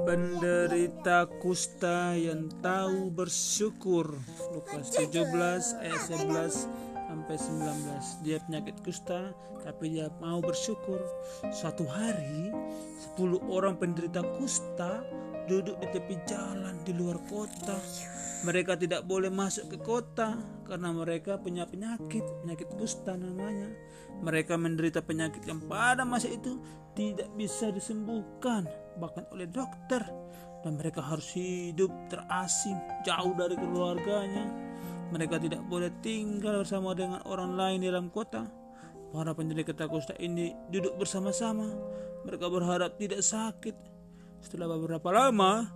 Penderita kusta yang tahu bersyukur. Lukas 17 ayat 11 sampai 19. Dia penyakit kusta tapi dia mau bersyukur. Suatu hari 10 orang penderita kusta duduk di tepi jalan di luar kota. Mereka tidak boleh masuk ke kota karena mereka punya penyakit kusta namanya. Mereka menderita penyakit yang pada masa itu tidak bisa disembuhkan bahkan oleh dokter, dan mereka harus hidup terasing jauh dari keluarganya. Mereka tidak boleh tinggal bersama dengan orang lain di dalam kota. Para penderita kusta ini duduk bersama-sama. Mereka berharap tidak sakit. Setelah beberapa lama,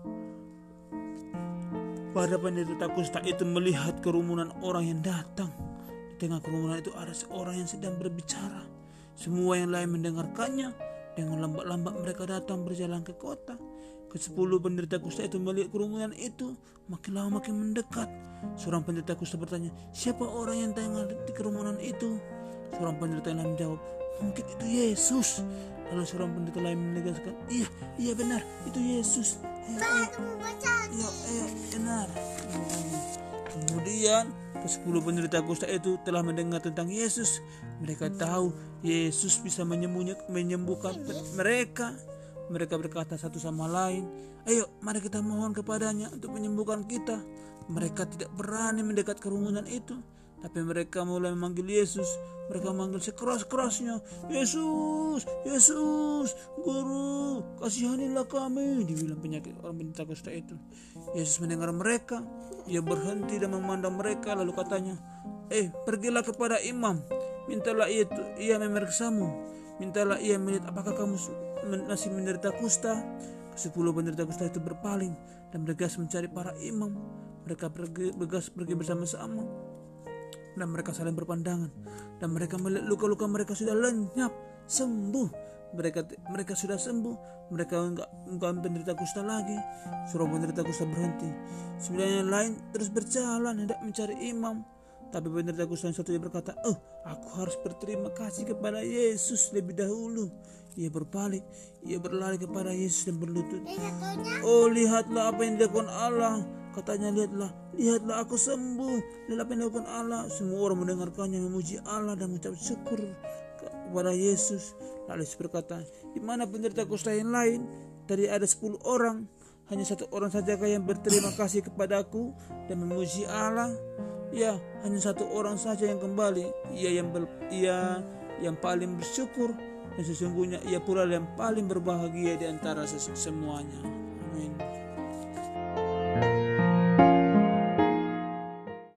para penderita kusta itu melihat kerumunan orang yang datang. Di tengah kerumunan itu ada seorang yang sedang berbicara. Semua yang lain mendengarkannya. Dengan lambat-lambat mereka datang berjalan ke kota. Ke-10 penderita kusta itu melihat kerumunan itu makin lama makin mendekat. Seorang penderita kusta bertanya, "Siapa orang yang tengah di kerumunan itu?" Seorang penderita lain menjawab, "Mungkin itu Yesus." Lalu seorang penderita lain menegaskan, Iya benar, itu Yesus. Iya, benar." Kemudian ke-10 penderita kusta itu telah mendengar tentang Yesus. Mereka tahu Yesus bisa menyembuhkan mereka. Mereka berkata satu sama lain, "Ayo, mari kita mohon kepadanya untuk menyembuhkan kita." Mereka tidak berani mendekat kerumunan itu, tapi mereka mulai memanggil Yesus. Mereka memanggil sekeras-kerasnya, "Yesus, Yesus, Guru, kasihanilah kami," dibilang penyakit orang penderita kusta itu. Yesus mendengar mereka. Ia berhenti dan memandang mereka, lalu katanya, "Pergilah kepada imam, mintalah ia memeriksamu. Mintalah ia melihat apakah kamu masih menderita kusta." Ke-10 penderita kusta itu berpaling dan bergegas mencari para imam. Mereka bergegas pergi bersama-sama, dan mereka saling berpandangan, dan mereka melihat luka-luka mereka sudah lenyap, sembuh. Mereka sudah sembuh. Mereka enggak penderita kusta lagi. Seorang penderita kusta berhenti. 9 yang lain terus berjalan hendak mencari imam. Tapi penderita kusta yang satu berkata, "Aku harus berterima kasih kepada Yesus lebih dahulu." Ia berbalik, ia berlari kepada Yesus dan berlutut. Lihatlah apa yang dilakukan Allah," katanya. Lihatlah aku sembuh. Lihatlah apa yang dilakukan Allah." Semua orang mendengarkannya memuji Allah dan mengucap syukur kepada Yesus. Lalu Yesus berkata, "Di mana penderita kusta yang lain? Tadi ada 10 orang. Hanya 1 orang saja yang berterima kasih kepadaku dan memuji Allah. Ya, hanya 1 orang saja yang kembali. Ia yang paling bersyukur, dan sesungguhnya ia pula yang paling berbahagia di antara semuanya." Amin.